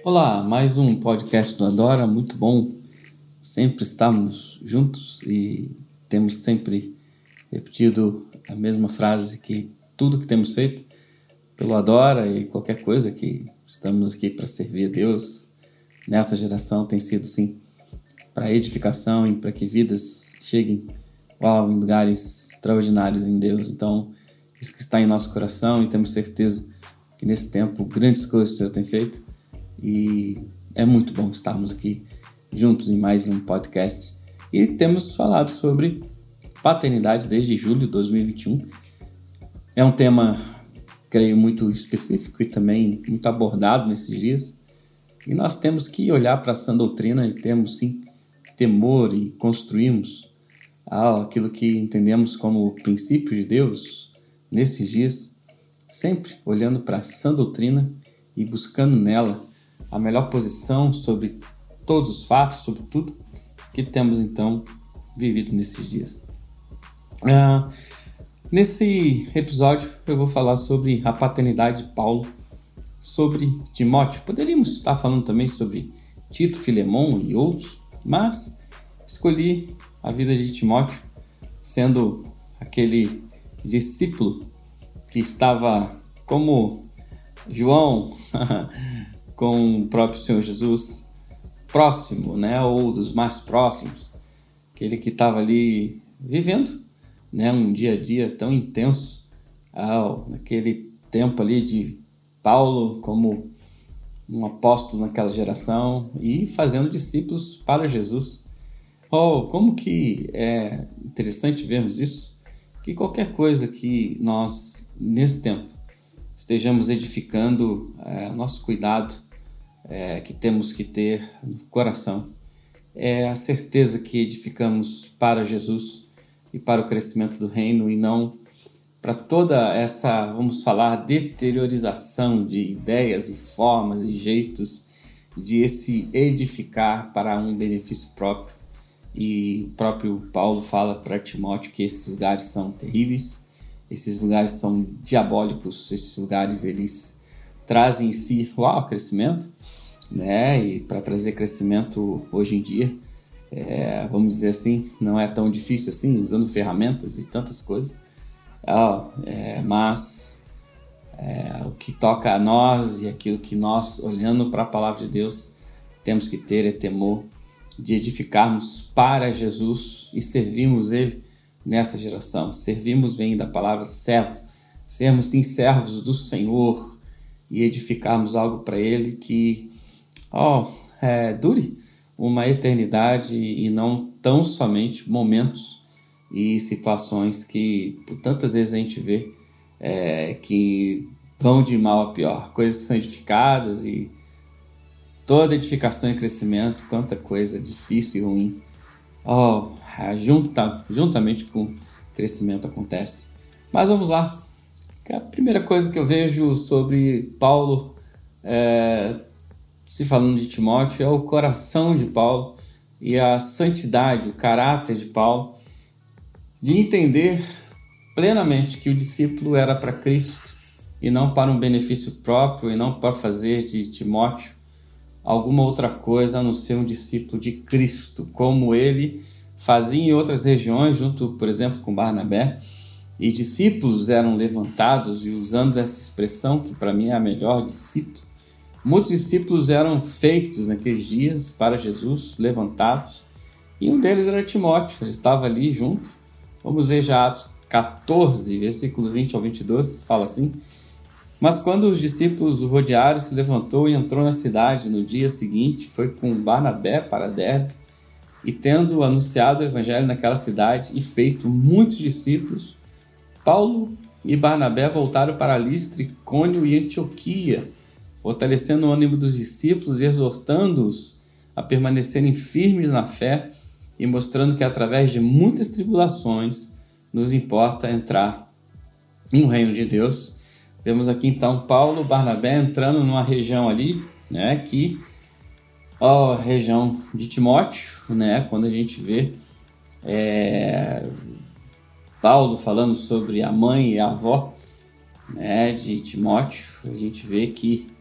Olá, mais um podcast do Adora, muito bom sempre estarmos juntos e temos sempre repetido a mesma frase que tudo que temos feito pelo Adora e qualquer coisa que estamos aqui para servir a Deus nessa geração tem sido sim para edificação e para que vidas cheguem em lugares extraordinários em Deus. Então, isso que está em nosso coração e temos certeza que nesse tempo grandes coisas o Senhor tem feito. E é muito bom estarmos aqui juntos em mais um podcast. E temos falado sobre paternidade desde julho de 2021. É um tema, creio, muito específico e também muito abordado nesses dias. E nós temos que olhar para a sã doutrina e temos, sim, temor e construirmos aquilo que entendemos como o princípio de Deus nesses dias, sempre olhando para a sã doutrina e buscando nela a melhor posição sobre todos os fatos, sobre tudo que temos então vivido nesses dias. Nesse episódio eu vou falar sobre a paternidade de Paulo, sobre Timóteo. Poderíamos estar falando também sobre Tito, Filemon e outros, mas escolhi a vida de Timóteo sendo aquele discípulo que estava como João com o próprio Senhor Jesus próximo, ou dos mais próximos, aquele que estava ali vivendo, um dia a dia tão intenso, naquele tempo ali de Paulo como um apóstolo naquela geração e fazendo discípulos para Jesus. Como que é interessante vermos isso, que qualquer coisa que nós, nesse tempo, estejamos edificando nosso cuidado, que temos que ter no coração, é a certeza que edificamos para Jesus e para o crescimento do reino e não para toda essa, vamos falar, deteriorização de ideias e formas e jeitos de se edificar para um benefício próprio. E o próprio Paulo fala para Timóteo que esses lugares são terríveis, esses lugares são diabólicos, esses lugares eles trazem em si crescimento, e para trazer crescimento hoje em dia, vamos dizer assim, não é tão difícil assim, usando ferramentas e tantas coisas, mas o que toca a nós e aquilo que nós, olhando para a palavra de Deus, temos que ter é temor de edificarmos para Jesus e servirmos Ele nessa geração. Servirmos vem da palavra servo, sermos sim servos do Senhor e edificarmos algo para Ele que dure uma eternidade e não tão somente momentos e situações que por tantas vezes a gente vê que vão de mal a pior, coisas que são edificadas e toda edificação e crescimento, quanta coisa difícil e ruim, juntamente com o crescimento acontece. Mas vamos lá. A primeira coisa que eu vejo sobre Paulo, se falando de Timóteo, é o coração de Paulo e a santidade, o caráter de Paulo, de entender plenamente que o discípulo era para Cristo e não para um benefício próprio e não para fazer de Timóteo alguma outra coisa a não ser um discípulo de Cristo, como ele fazia em outras regiões, junto, por exemplo, com Barnabé, e discípulos eram levantados, e usando essa expressão, que para mim é a melhor, discípulo, muitos discípulos eram feitos naqueles dias para Jesus, levantados, e um deles era Timóteo, ele estava ali junto. Vamos ver já Atos 14, versículo 20 ao 22, fala assim: mas quando os discípulos o rodearam, se levantou e entrou na cidade. No dia seguinte, foi com Barnabé para Derbe, e tendo anunciado o evangelho naquela cidade e feito muitos discípulos, Paulo e Barnabé voltaram para Listra, Icônio e Antioquia, fortalecendo o ânimo dos discípulos e exortando-os a permanecerem firmes na fé e mostrando que através de muitas tribulações nos importa entrar no reino de Deus. Vemos aqui então Paulo e Barnabé entrando numa região ali, que a região de Timóteo, quando a gente vê Paulo falando sobre a mãe e a avó, de Timóteo, a gente vê que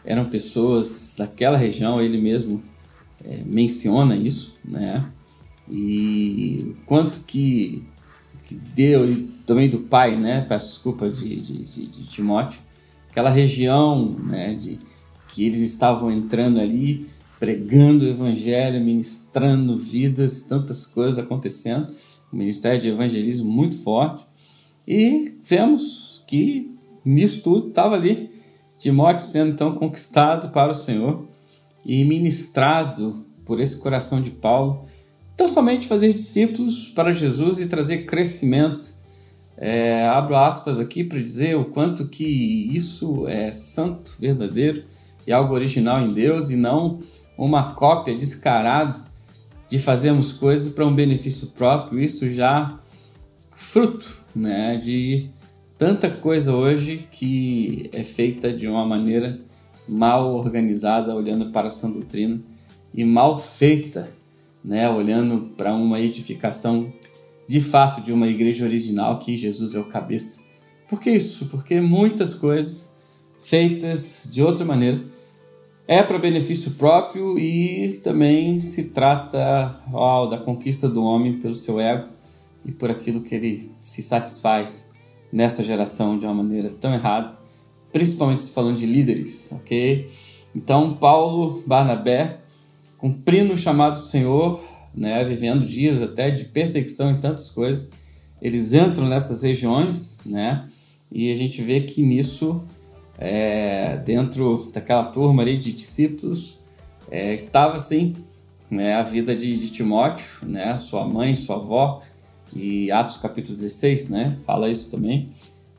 eram pessoas daquela região, ele mesmo menciona isso, né? E o quanto que deu, e também do pai, né? Peço desculpa, de Timóteo, aquela região, né? Que eles estavam entrando ali, pregando o evangelho, ministrando vidas, tantas coisas acontecendo, um ministério de evangelismo muito forte, e vemos que nisso tudo estava ali Timóteo sendo então conquistado para o Senhor e ministrado por esse coração de Paulo, tão somente fazer discípulos para Jesus e trazer crescimento. Abro aspas aqui para dizer o quanto que isso é santo, verdadeiro e algo original em Deus e não uma cópia descarada de fazermos coisas para um benefício próprio. Isso já fruto, né, de tanta coisa hoje que é feita de uma maneira mal organizada, olhando para a sã doutrina, e mal feita, né, olhando para uma edificação de fato de uma igreja original que Jesus é o cabeça. Por que isso? Porque muitas coisas feitas de outra maneira é para benefício próprio e também se trata da conquista do homem pelo seu ego e por aquilo que ele se satisfaz nessa geração de uma maneira tão errada, principalmente se falando de líderes, ok? Então, Paulo, Barnabé, cumprindo o chamado do Senhor, né, vivendo dias até de perseguição e tantas coisas, eles entram nessas regiões, né, e a gente vê que nisso, dentro daquela turma ali de discípulos, estava sim, né, a vida de Timóteo, né, sua mãe, sua avó, e Atos capítulo 16, né, fala isso também.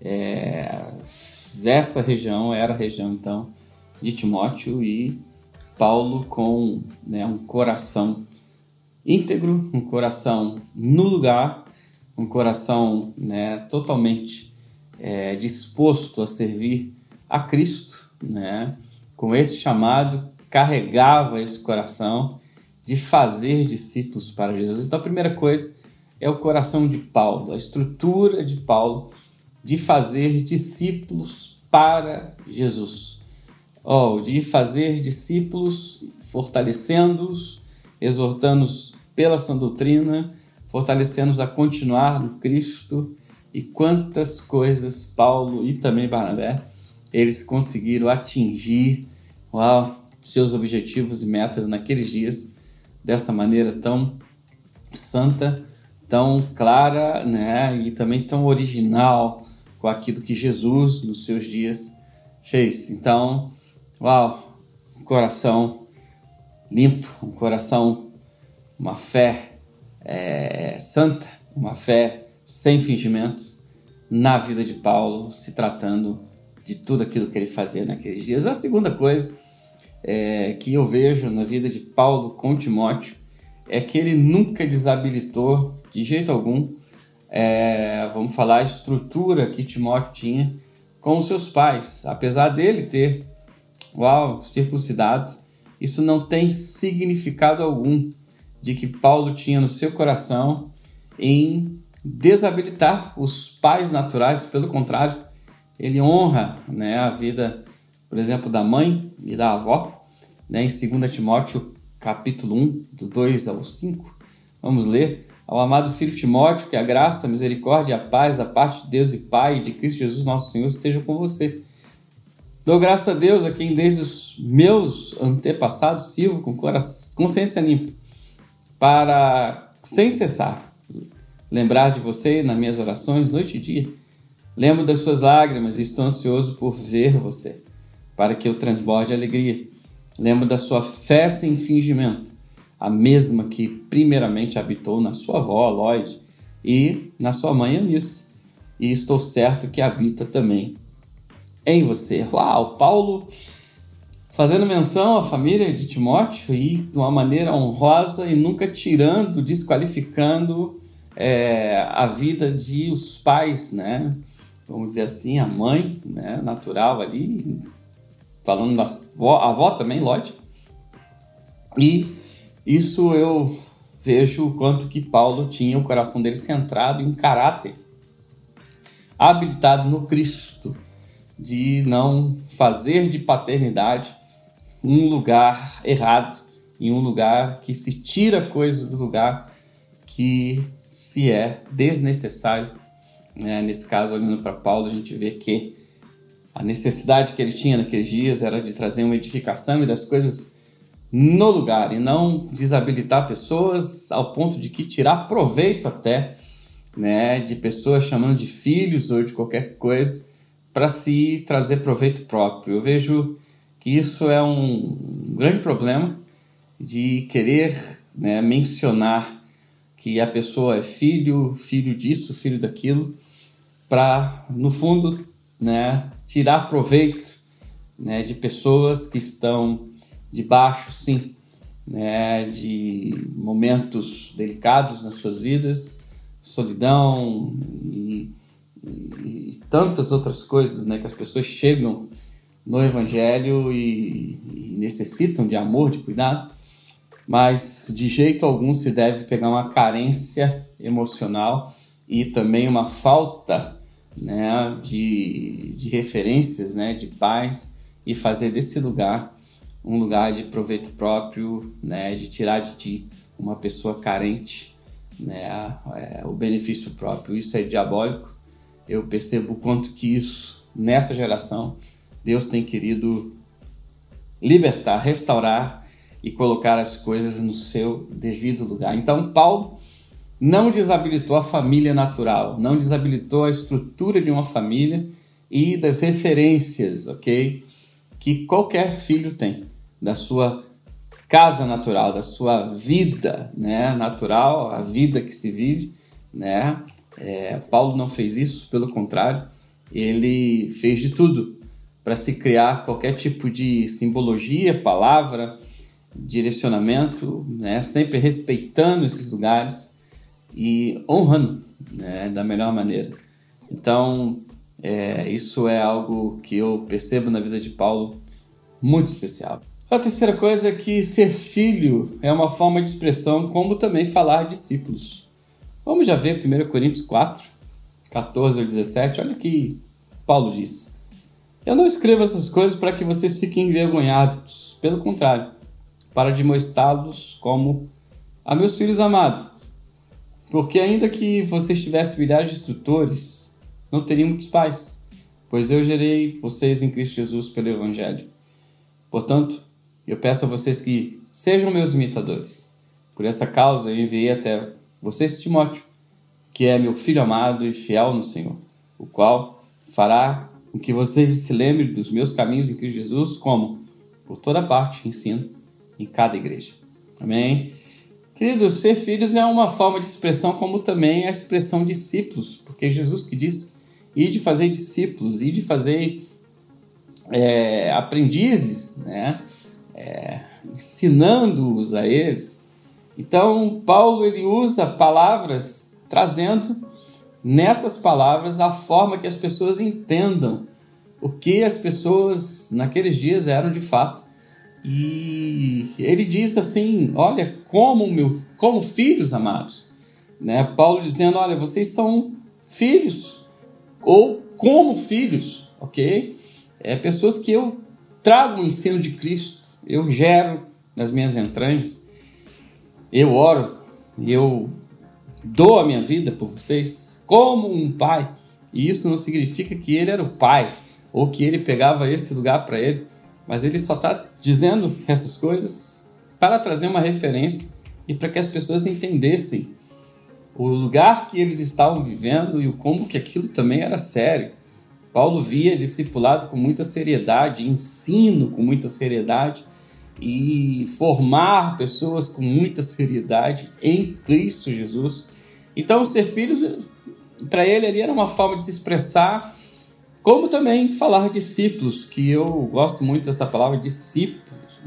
Essa região era a região então de Timóteo, e Paulo com, né, um coração íntegro, um coração no lugar, um coração, né, totalmente disposto a servir a Cristo, né, com esse chamado, carregava esse coração de fazer discípulos para Jesus. Então a primeira coisa é o coração de Paulo, a estrutura de Paulo de fazer discípulos para Jesus. De fazer discípulos, fortalecendo-os, exortando-os pela sã doutrina, fortalecendo-os a continuar no Cristo. E quantas coisas Paulo e também Barnabé, eles conseguiram atingir seus objetivos e metas naqueles dias, dessa maneira tão santa, tão clara, né, e também tão original com aquilo que Jesus nos seus dias fez. Então, um coração limpo, um coração, uma fé santa, uma fé sem fingimentos na vida de Paulo, se tratando de tudo aquilo que ele fazia naqueles dias. A segunda coisa que eu vejo na vida de Paulo com Timóteo é que ele nunca desabilitou de jeito algum, vamos falar, a estrutura que Timóteo tinha com os seus pais. Apesar dele ter, circuncidado, isso não tem significado algum de que Paulo tinha no seu coração em desabilitar os pais naturais. Pelo contrário, ele honra, né, a vida, por exemplo, da mãe e da avó, né, em 2 Timóteo capítulo 1, do 2 ao 5, vamos ler: ao amado filho Timóteo, que a graça, a misericórdia e a paz da parte de Deus e Pai e de Cristo Jesus nosso Senhor estejam com você. Dou graças a Deus, a quem desde os meus antepassados sirvo com consciência limpa, para, sem cessar, lembrar de você nas minhas orações, noite e dia. Lembro das suas lágrimas e estou ansioso por ver você, para que eu transborde alegria. Lembro da sua fé sem fingimento, a mesma que primeiramente habitou na sua avó, Loide, e na sua mãe, Eunice, e estou certo que habita também em você. Paulo fazendo menção à família de Timóteo e de uma maneira honrosa e nunca tirando, desqualificando a vida de os pais, né? Vamos dizer assim, a mãe, né, natural ali, falando da avó também, Loide. E isso eu vejo o quanto que Paulo tinha o coração dele centrado em caráter, habilitado no Cristo, de não fazer de paternidade um lugar errado, em um lugar que se tira coisas do lugar que se é desnecessário. Nesse caso, olhando para Paulo, a gente vê que a necessidade que ele tinha naqueles dias era de trazer uma edificação e das coisas no lugar, e não desabilitar pessoas ao ponto de que tirar proveito até, de pessoas chamando de filhos ou de qualquer coisa para se trazer proveito próprio. Eu vejo que isso é um grande problema de querer mencionar que a pessoa é filho disso, filho daquilo, para, no fundo, tirar proveito de pessoas que estão debaixo, sim, de momentos delicados nas suas vidas, solidão e tantas outras coisas que as pessoas chegam no Evangelho e necessitam de amor, de cuidado, mas de jeito algum se deve pegar uma carência emocional e também uma falta de referências, de paz, e fazer desse lugar um lugar de proveito próprio, de tirar de ti, uma pessoa carente, o benefício próprio. Isso é diabólico. Eu percebo o quanto que isso, nessa geração, Deus tem querido libertar, restaurar e colocar as coisas no seu devido lugar. Então, Paulo não desabilitou a família natural, não desabilitou a estrutura de uma família e das referências, ok? Que qualquer filho tem, da sua casa natural, da sua vida natural, a vida que se vive, Paulo não fez isso, pelo contrário, ele fez de tudo para se criar qualquer tipo de simbologia, palavra, direcionamento, sempre respeitando esses lugares e honrando da melhor maneira. Então, isso é algo que eu percebo na vida de Paulo muito especial. A terceira coisa é que ser filho é uma forma de expressão, como também falar discípulos. Vamos já ver 1 Coríntios 4, 14 ao 17. Olha o que Paulo diz. Eu não escrevo essas coisas para que vocês fiquem envergonhados. Pelo contrário, para demonstrá-los como a meus filhos amados. Porque ainda que vocês tivessem milhares de instrutores, não teriam muitos pais, pois eu gerei vocês em Cristo Jesus pelo Evangelho. Portanto, eu peço a vocês que sejam meus imitadores. Por essa causa, eu enviei até vocês Timóteo, que é meu filho amado e fiel no Senhor, o qual fará com que vocês se lembrem dos meus caminhos em Cristo Jesus, como, por toda parte, ensino em cada igreja. Amém? Queridos, ser filhos é uma forma de expressão, como também a expressão discípulos, porque Jesus que disse, e de fazer discípulos, e de fazer aprendizes, ensinando-os a eles. Então, Paulo ele usa palavras, trazendo nessas palavras a forma que as pessoas entendam o que as pessoas naqueles dias eram de fato. E ele diz assim, olha, como filhos amados, Paulo dizendo, olha, vocês são filhos, ou como filhos, ok? Pessoas que eu trago o ensino de Cristo, eu gero nas minhas entranhas, eu oro, eu dou a minha vida por vocês, como um pai, e isso não significa que ele era o pai, ou que ele pegava esse lugar para ele, mas ele só está dizendo essas coisas para trazer uma referência e para que as pessoas entendessem o lugar que eles estavam vivendo e o como que aquilo também era sério. Paulo via discipulado com muita seriedade, ensino com muita seriedade e formar pessoas com muita seriedade em Cristo Jesus. Então, ser filhos, para ele ali era uma forma de se expressar, como também falar discípulos, que eu gosto muito dessa palavra, discípulos,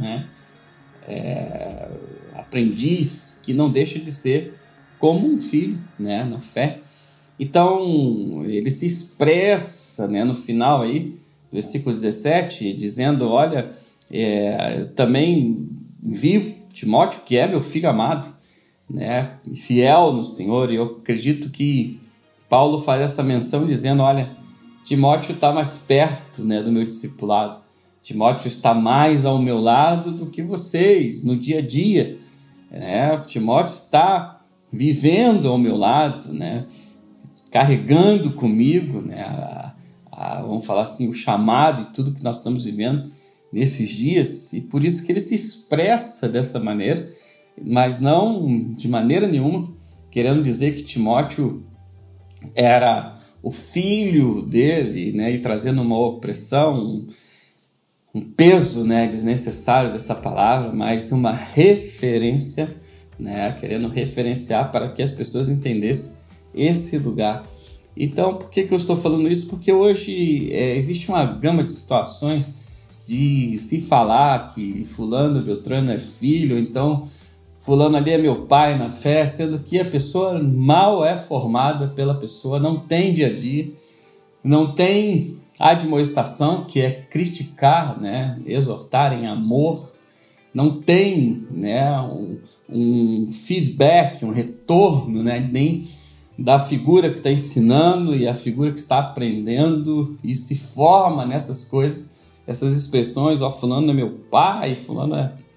aprendiz, que não deixa de ser como um filho, na fé. Então, ele se expressa, no final aí, versículo 17, dizendo, olha, eu também envio Timóteo, que é meu filho amado, fiel no Senhor, e eu acredito que Paulo faz essa menção dizendo, olha, Timóteo está mais perto do meu discipulado. Timóteo está mais ao meu lado do que vocês no dia a dia, né? Timóteo está vivendo ao meu lado, né? Carregando comigo, né? Vamos falar assim, o chamado e tudo que nós estamos vivendo nesses dias, e por isso que ele se expressa dessa maneira, mas não de maneira nenhuma querendo dizer que Timóteo era o filho dele, né, e trazendo uma opressão, um peso, né, desnecessário dessa palavra, mas uma referência, né, querendo referenciar para que as pessoas entendessem esse lugar. Então, por que eu estou falando isso? Porque hoje existe uma gama de situações de se falar que fulano, beltrano é filho, então fulano ali é meu pai na fé, sendo que a pessoa mal é formada pela pessoa, não tem dia a dia, não tem admoestação, que é criticar, né, exortar em amor, não tem, né, um feedback, um retorno, né, nem da figura que está ensinando e a figura que está aprendendo, e se forma nessas coisas, essas expressões, ó, fulano é meu pai, fulano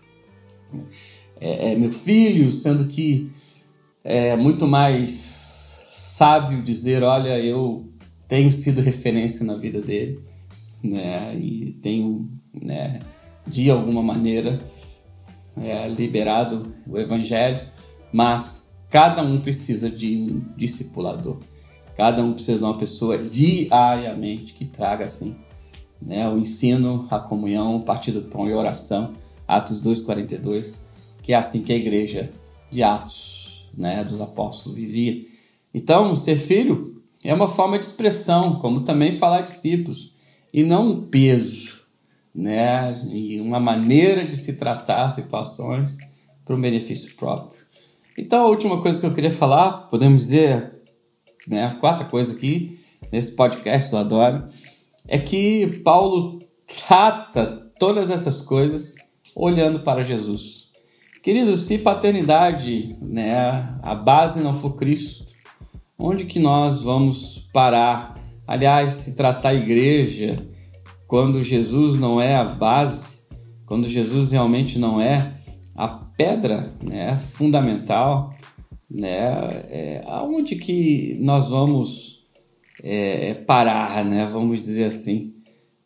é meu filho, sendo que é muito mais sábio dizer, olha, eu tenho sido referência na vida dele, né, e tenho, né, de alguma maneira liberado o evangelho, mas cada um precisa de um discipulador, cada um precisa de uma pessoa diariamente que traga assim, né, o ensino, a comunhão, o partir do pão e a oração, Atos 2:42, que é assim que a igreja de Atos, né, dos apóstolos vivia. Então, ser filho é uma forma de expressão, como também falar discípulos, e não um peso, né, e uma maneira de se tratar situações para um benefício próprio. Então, a última coisa que eu queria falar, podemos dizer, né, a quarta coisa aqui, nesse podcast, eu adoro, é que Paulo trata todas essas coisas olhando para Jesus. Queridos, se paternidade, né, a base não for Cristo, onde que nós vamos parar? Aliás, se tratar a igreja, quando Jesus não é a base, quando Jesus realmente não é a pedra, né, fundamental, né, aonde que nós vamos parar, né, vamos dizer assim,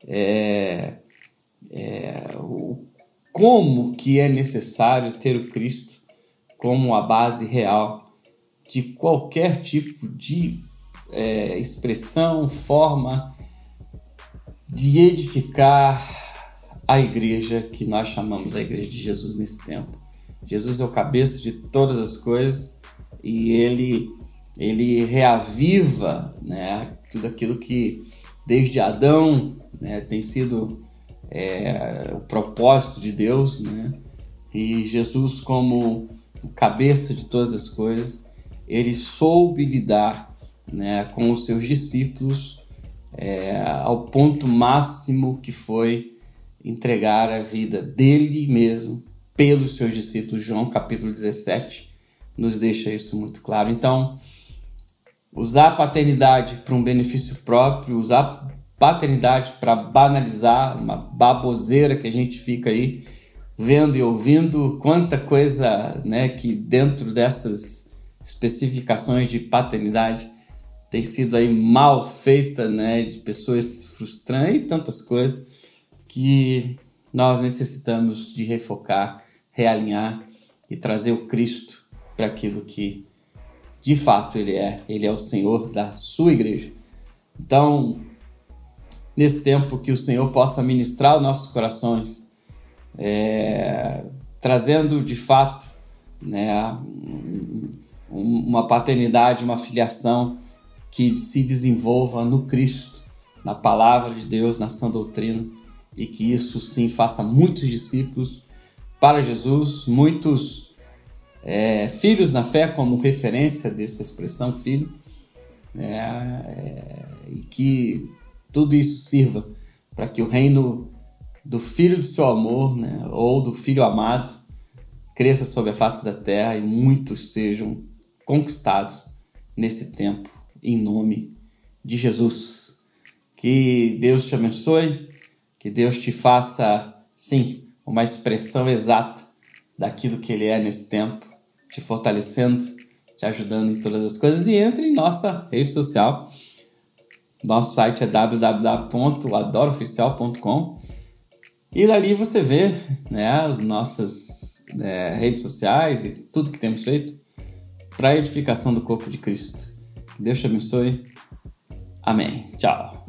como que é necessário ter o Cristo como a base real de qualquer tipo de expressão, forma de edificar a igreja que nós chamamos a igreja de Jesus nesse tempo. Jesus é o cabeça de todas as coisas e ele reaviva, né, tudo aquilo que desde Adão, né, tem sido o propósito de Deus, né? E Jesus, como o cabeça de todas as coisas, ele soube lidar, né, com os seus discípulos ao ponto máximo que foi entregar a vida dele mesmo pelos seus discípulos. João capítulo 17 nos deixa isso muito claro. Então, usar a paternidade para um benefício próprio, usar paternidade para banalizar uma baboseira que a gente fica aí vendo e ouvindo, quanta coisa, né, que dentro dessas especificações de paternidade tem sido aí mal feita, né, de pessoas se frustrando e tantas coisas que nós necessitamos de refocar, realinhar e trazer o Cristo para aquilo que de fato ele é o Senhor da sua igreja. Então, nesse tempo, que o Senhor possa ministrar os nossos corações, trazendo de fato, né, uma paternidade, uma filiação que se desenvolva no Cristo, na palavra de Deus, na sã doutrina, e que isso sim faça muitos discípulos para Jesus, muitos filhos na fé, como referência dessa expressão filho, e que tudo isso sirva para que o reino do Filho do seu amor, né, ou do Filho amado, cresça sobre a face da terra e muitos sejam conquistados nesse tempo, em nome de Jesus. Que Deus te abençoe, que Que Deus te faça, sim, uma expressão exata daquilo que Ele é nesse tempo, te fortalecendo, te ajudando em todas as coisas. E entre em nossa rede social. Nosso site é www.adoroficial.com e dali você vê, né, as nossas redes sociais e tudo que temos feito para a edificação do corpo de Cristo. Deus te abençoe. Amém. Tchau.